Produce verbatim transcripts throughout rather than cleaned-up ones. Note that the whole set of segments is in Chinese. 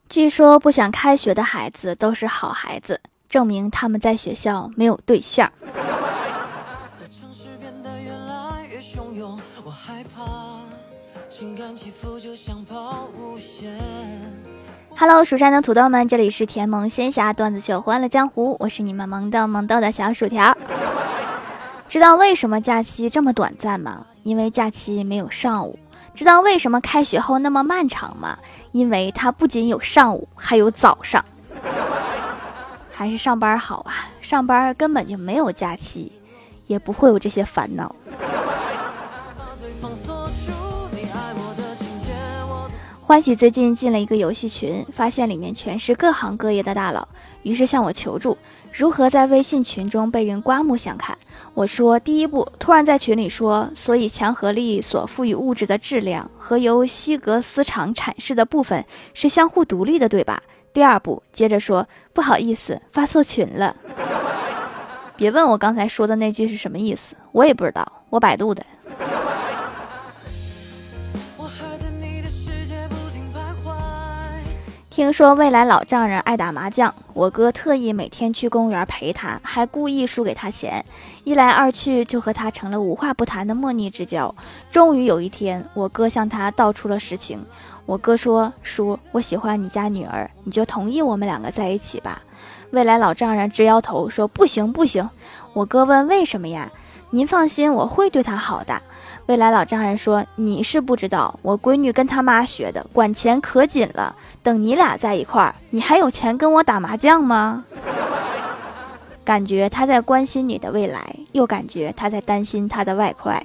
据说不想开学的孩子都是好孩子，证明他们在学校没有对象。Hello， 蜀山的土豆们，这里是甜萌仙侠段子秀欢乐江湖，我是你们萌豆萌豆的小薯条。知道为什么假期这么短暂吗？因为假期没有上午。知道为什么开学后那么漫长吗？因为它不仅有上午，还有早上。还是上班好啊，上班根本就没有假期，也不会有这些烦恼。欢喜最近进了一个游戏群，发现里面全是各行各业的大佬，于是向我求助如何在微信群中被人刮目相看。我说第一步，突然在群里说，所以强合力所赋予物质的质量和由希格斯场阐释的部分是相互独立的，对吧？第二步，接着说不好意思，发错群了。别问我刚才说的那句是什么意思，我也不知道，我百度的。听说未来老丈人爱打麻将，我哥特意每天去公园陪他，还故意输给他钱，一来二去就和他成了无话不谈的莫逆之交。终于有一天，我哥向他道出了实情。我哥说，叔，我喜欢你家女儿，你就同意我们两个在一起吧。未来老丈人直摇头说，不行不行。我哥问为什么呀？您放心，我会对她好的。未来老丈人说，你是不知道，我闺女跟她妈学的，管钱可紧了，等你俩在一块儿，你还有钱跟我打麻将吗？感觉他在关心你的未来，又感觉他在担心他的外快。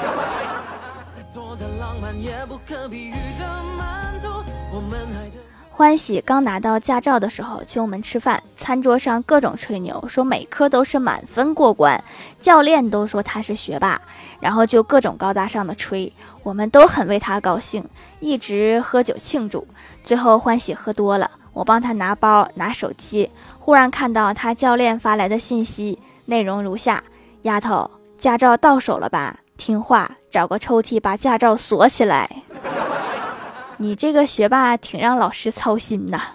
欢喜刚拿到驾照的时候请我们吃饭，餐桌上各种吹牛，说每科都是满分过关，教练都说他是学霸，然后就各种高大上的吹，我们都很为他高兴，一直喝酒庆祝。最后欢喜喝多了，我帮他拿包拿手机，忽然看到他教练发来的信息，内容如下：丫头，驾照到手了吧？听话，找个抽屉把驾照锁起来。你这个学霸挺让老师操心呐。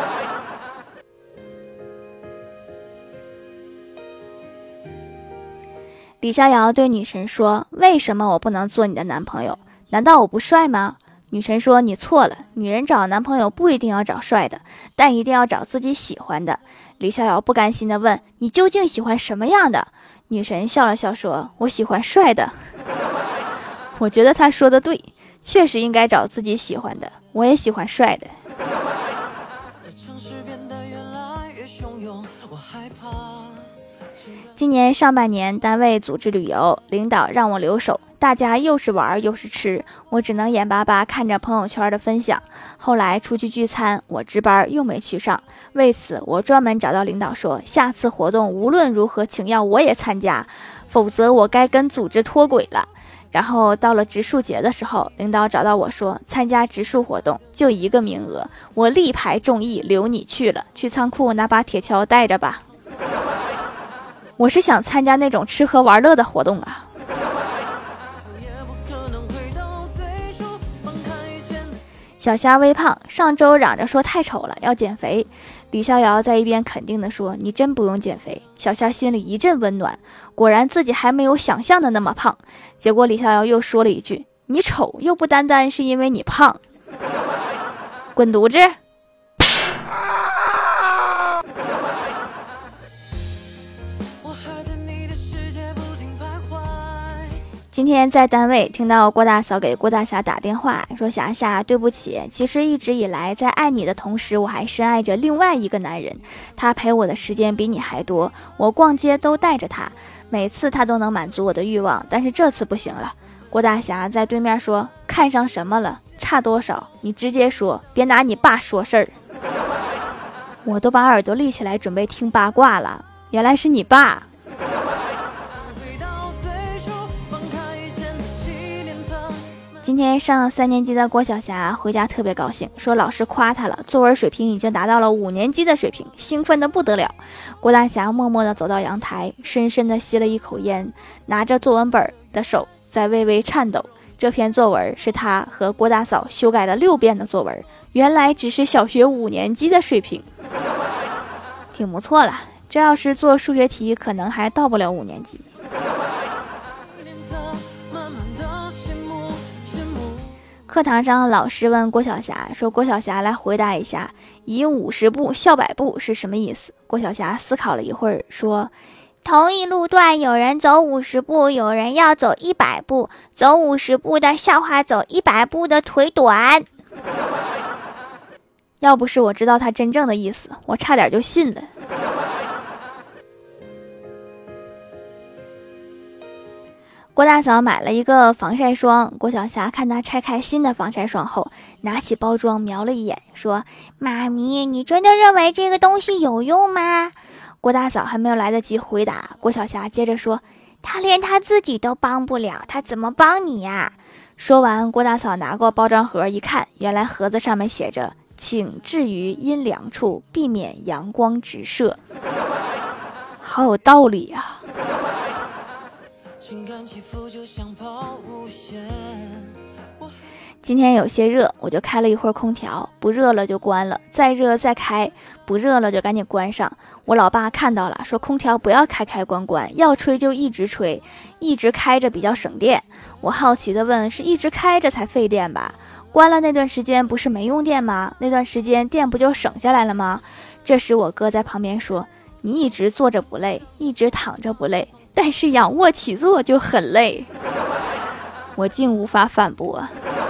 李逍遥对女神说，为什么我不能做你的男朋友？难道我不帅吗？女神说，你错了，女人找男朋友不一定要找帅的，但一定要找自己喜欢的。李逍遥不甘心地问，你究竟喜欢什么样的？女神笑了笑说，我喜欢帅的。我觉得他说的对，确实应该找自己喜欢的，我也喜欢帅的。今年上半年单位组织旅游，领导让我留守，大家又是玩又是吃，我只能眼巴巴看着朋友圈的分享。后来出去聚餐，我值班又没去上，为此我专门找到领导说，下次活动无论如何请要我也参加，否则我该跟组织脱轨了。然后到了植树节的时候，领导找到我说，参加植树活动就一个名额，我力排众议留你去了，去仓库拿把铁锹带着吧。我是想参加那种吃喝玩乐的活动啊。小虾微胖，上周嚷着说太丑了要减肥，李逍遥在一边肯定地说，你真不用减肥。小虾心里一阵温暖，果然自己还没有想象的那么胖。结果李逍遥又说了一句，你丑又不单单是因为你胖。滚犊子。今天在单位听到郭大嫂给郭大侠打电话，说霞霞对不起，其实一直以来在爱你的同时，我还深爱着另外一个男人，他陪我的时间比你还多，我逛街都带着他，每次他都能满足我的欲望，但是这次不行了。郭大侠在对面说，看上什么了？差多少？你直接说，别拿你爸说事儿。我都把耳朵立起来准备听八卦了，原来是你爸。今天上三年级的郭晓霞回家特别高兴，说老师夸她了，作文水平已经达到了五年级的水平，兴奋的不得了。郭大侠默默地走到阳台，深深地吸了一口烟，拿着作文本的手在微微颤抖。 这篇作文是他和郭大嫂修改了六遍的作文，原来只是小学五年级的水平，挺不错了。这要是做数学题，可能还到不了五年级。课堂上，老师问郭晓霞说：“郭晓霞来回答一下，以五十步笑百步是什么意思？”郭晓霞思考了一会儿，说：“同一路段有人走五十步，有人要走一百步，走五十步的笑话走一百步的腿短。”要不是我知道他真正的意思，我差点就信了。郭大嫂买了一个防晒霜，郭晓霞看她拆开新的防晒霜后，拿起包装瞄了一眼，说：“妈咪，你真的认为这个东西有用吗？”郭大嫂还没有来得及回答，郭晓霞接着说：“她连她自己都帮不了，她怎么帮你呀？”说完，郭大嫂拿过包装盒一看，原来盒子上面写着：“请置于阴凉处，避免阳光直射。”好有道理呀、啊！今天有些热，我就开了一会儿空调，不热了就关了，再热再开，不热了就赶紧关上。我老爸看到了，说空调不要开开关关，要吹就一直吹，一直开着比较省电。我好奇地问，是一直开着才费电吧？关了那段时间不是没用电吗？那段时间电不就省下来了吗？这时我哥在旁边说：“你一直坐着不累，一直躺着不累，但是仰卧起坐就很累。”我竟无法反驳。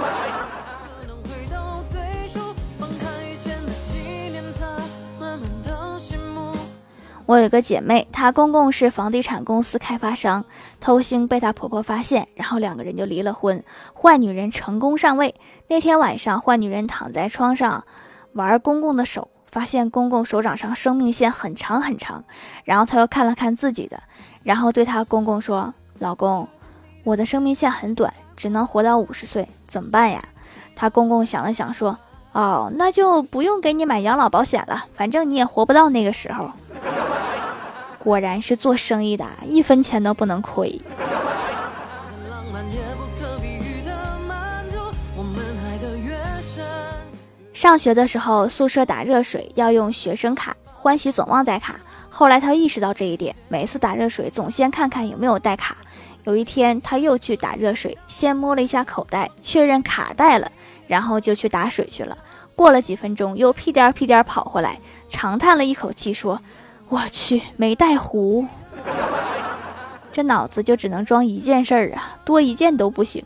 我有个姐妹，她公公是房地产公司开发商，偷腥被她婆婆发现，然后两个人就离了婚。坏女人成功上位。那天晚上，坏女人躺在床上玩公公的手，发现公公手掌上生命线很长很长，然后她又看了看自己的，然后对她公公说：“老公，我的生命线很短，只能活到五十岁，怎么办呀？”她公公想了想说：“哦，那就不用给你买养老保险了，反正你也活不到那个时候。”果然是做生意的，一分钱都不能亏。上学的时候，宿舍打热水要用学生卡，欢喜总忘带卡。后来他意识到这一点，每次打热水总先看看有没有带卡。有一天他又去打热水，先摸了一下口袋，确认卡带了，然后就去打水去了。过了几分钟，又屁颠屁颠跑回来，长叹了一口气说：“我去，没带壶。”这脑子就只能装一件事儿啊，多一件都不行。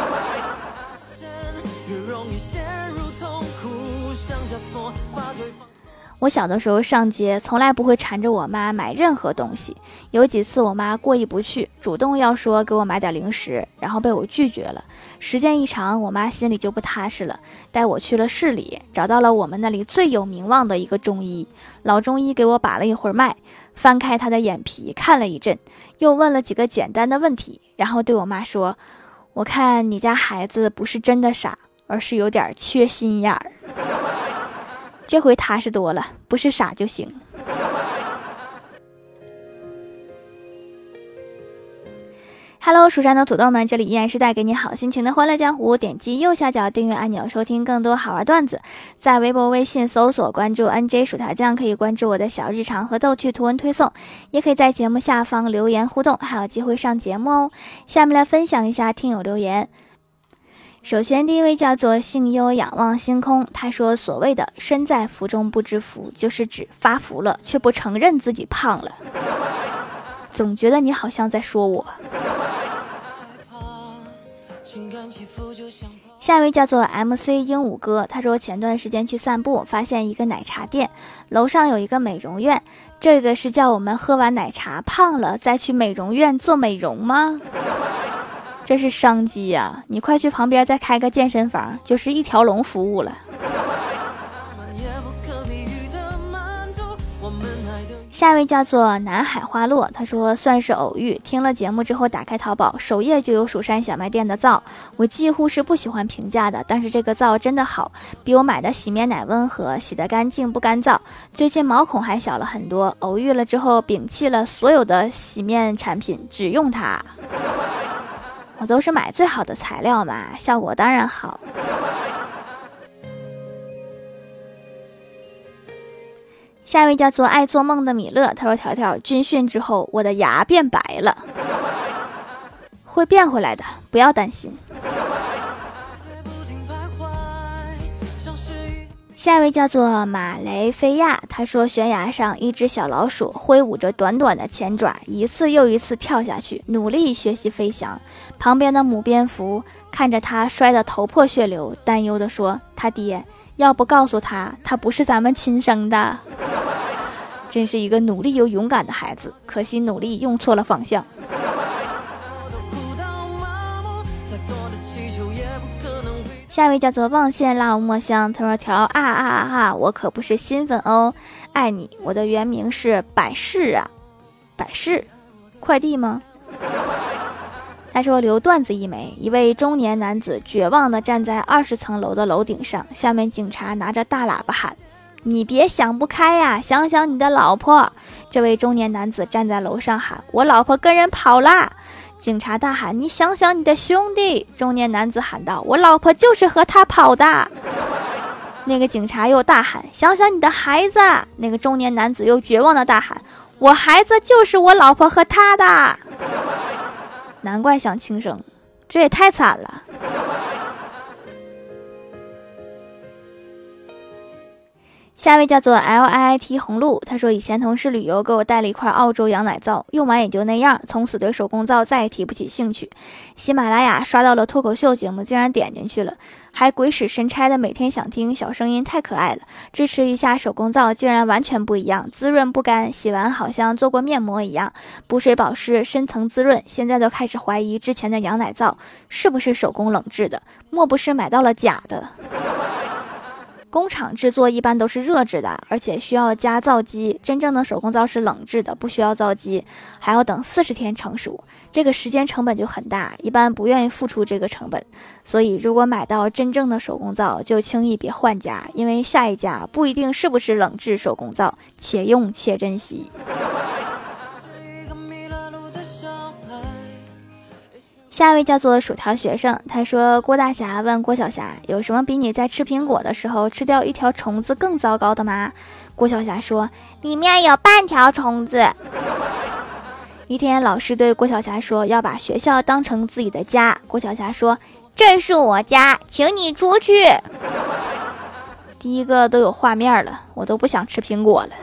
我小的时候上街，从来不会缠着我妈买任何东西。有几次我妈过意不去，主动要说给我买点零食，然后被我拒绝了。时间一长，我妈心里就不踏实了，带我去了市里，找到了我们那里最有名望的一个中医。老中医给我把了一会儿脉，翻开他的眼皮看了一阵，又问了几个简单的问题，然后对我妈说：“我看你家孩子不是真的傻，而是有点缺心眼儿。”这回踏实多了，不是傻就行。Hello， 蜀山的土豆们，这里依然是带给你好心情的欢乐江湖。点击右下角订阅按钮，收听更多好玩段子。在微博、微信搜索关注 N J 薯条酱，可以关注我的小日常和逗趣图文推送，也可以在节目下方留言互动，还有机会上节目哦。下面来分享一下听友留言。首先第一位叫做幸优仰望星空，他说所谓的身在福中不知福，就是指发福了却不承认自己胖了。总觉得你好像在说我。下一位叫做 M C 鹦鹉哥，他说前段时间去散步，发现一个奶茶店，楼上有一个美容院，这个是叫我们喝完奶茶胖了再去美容院做美容吗？这是商机呀、啊！你快去旁边再开个健身房，就是一条龙服务了。下一位叫做南海花落，他说算是偶遇，听了节目之后打开淘宝，首页就有蜀山小卖店的皂，我几乎是不喜欢评价的，但是这个皂真的好，比我买的洗面奶温和，洗得干净不干燥，最近毛孔还小了很多，偶遇了之后摒弃了所有的洗面产品，只用它。 我都是买最好的材料嘛，效果当然好。下一位叫做爱做梦的米勒，他说条条军训之后我的牙变白了，会变回来的，不要担心。下一位叫做马雷菲亚，他说悬崖上一只小老鼠挥舞着短短的前爪，一次又一次跳下去，努力学习飞翔。旁边的母蝙蝠看着他摔得头破血流，担忧地说，他爹要不告诉他他不是咱们亲生的。真是一个努力又勇敢的孩子，可惜努力用错了方向。下一位叫做望线辣无墨香，他说条啊啊啊啊，我可不是新粉哦，爱你，我的原名是百事啊，百事，快递吗？他说留段子一枚，一位中年男子绝望地站在二十层楼的楼顶上，下面警察拿着大喇叭喊，你别想不开呀，想想你的老婆。这位中年男子站在楼上喊，我老婆跟人跑啦。警察大喊，你想想你的兄弟。中年男子喊道，我老婆就是和他跑的。那个警察又大喊，想想你的孩子。那个中年男子又绝望的大喊，我孩子就是我老婆和他的。难怪想轻生，这也太惨了。下一位叫做 L I I T 红露，他说以前同事旅游给我带了一块澳洲羊奶皂，用完也就那样，从此对手工皂再也提不起兴趣。喜马拉雅刷到了脱口秀节目，竟然点进去了，还鬼使神差的每天想听，小声音太可爱了。支持一下手工皂，竟然完全不一样，滋润不干，洗完好像做过面膜一样，补水保湿，深层滋润。现在都开始怀疑之前的羊奶皂是不是手工冷制的，莫不是买到了假的。工厂制作一般都是热制的，而且需要加皂基，真正的手工皂是冷制的，不需要皂基，还要等四十天成熟，这个时间成本就很大，一般不愿意付出这个成本。所以如果买到真正的手工皂，就轻易别换家，因为下一家不一定是不是冷制手工皂，且用且珍惜。下一位叫做薯条学生，他说郭大侠问郭晓霞，有什么比你在吃苹果的时候吃掉一条虫子更糟糕的吗？郭晓霞说，里面有半条虫子。一天老师对郭晓霞说，要把学校当成自己的家。郭晓霞说，这是我家，请你出去。第一个都有画面了，我都不想吃苹果了。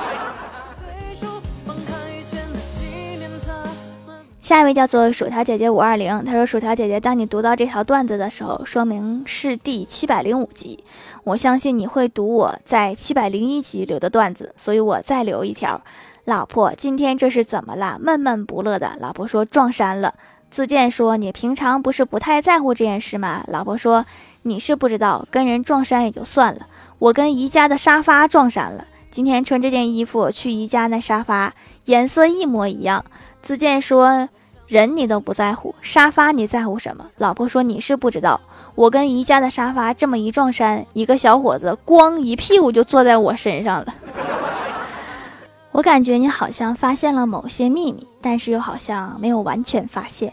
下一位叫做薯条姐姐五二零，她说薯条姐姐，当你读到这条段子的时候，说明是第七百零五集，我相信你会读我在七百零一集留的段子，所以我再留一条。老婆，今天这是怎么了？闷闷不乐的。老婆说，撞衫了。自荐说，你平常不是不太在乎这件事吗？老婆说，你是不知道，跟人撞衫也就算了，我跟宜家的沙发撞衫了。今天穿这件衣服去宜家，那沙发颜色一模一样。自荐说，人你都不在乎，沙发你在乎什么？老婆说，你是不知道，我跟宜家的沙发这么一撞衫，一个小伙子咣一屁股就坐在我身上了。我感觉你好像发现了某些秘密，但是又好像没有完全发现。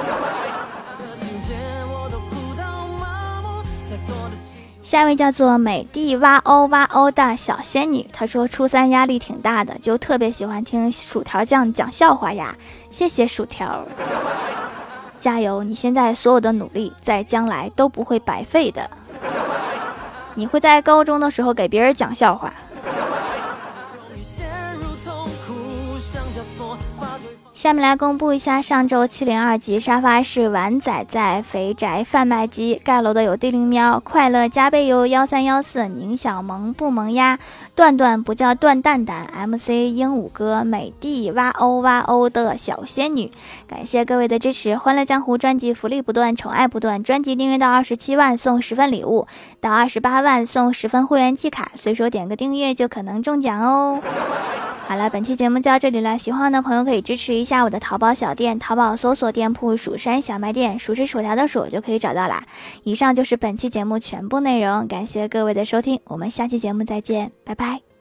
下一位叫做美帝哇哦哇哦的小仙女，她说初三压力挺大的，就特别喜欢听薯条酱讲笑话呀，谢谢薯条，加油，你现在所有的努力在将来都不会白费的，你会在高中的时候给别人讲笑话。下面来公布一下上周七零二级沙发是碗仔仔、肥宅贩卖机，盖楼的有地灵喵、快乐加倍油、幺三幺四、宁小萌不萌呀、段段不叫段蛋蛋、M C 鹦鹉哥、美帝哇哦哇哦的小仙女。感谢各位的支持，欢乐江湖专辑福利不断，宠爱不断，专辑订阅到二十七万送十份礼物，到二十八万送十份会员季卡，随手点个订阅就可能中奖哦。好了，本期节目就到这里了，喜欢的朋友可以支持一下我的淘宝小店，淘宝搜索店铺蜀山小卖店，蜀是薯条的蜀就可以找到啦。以上就是本期节目全部内容，感谢各位的收听，我们下期节目再见，拜拜。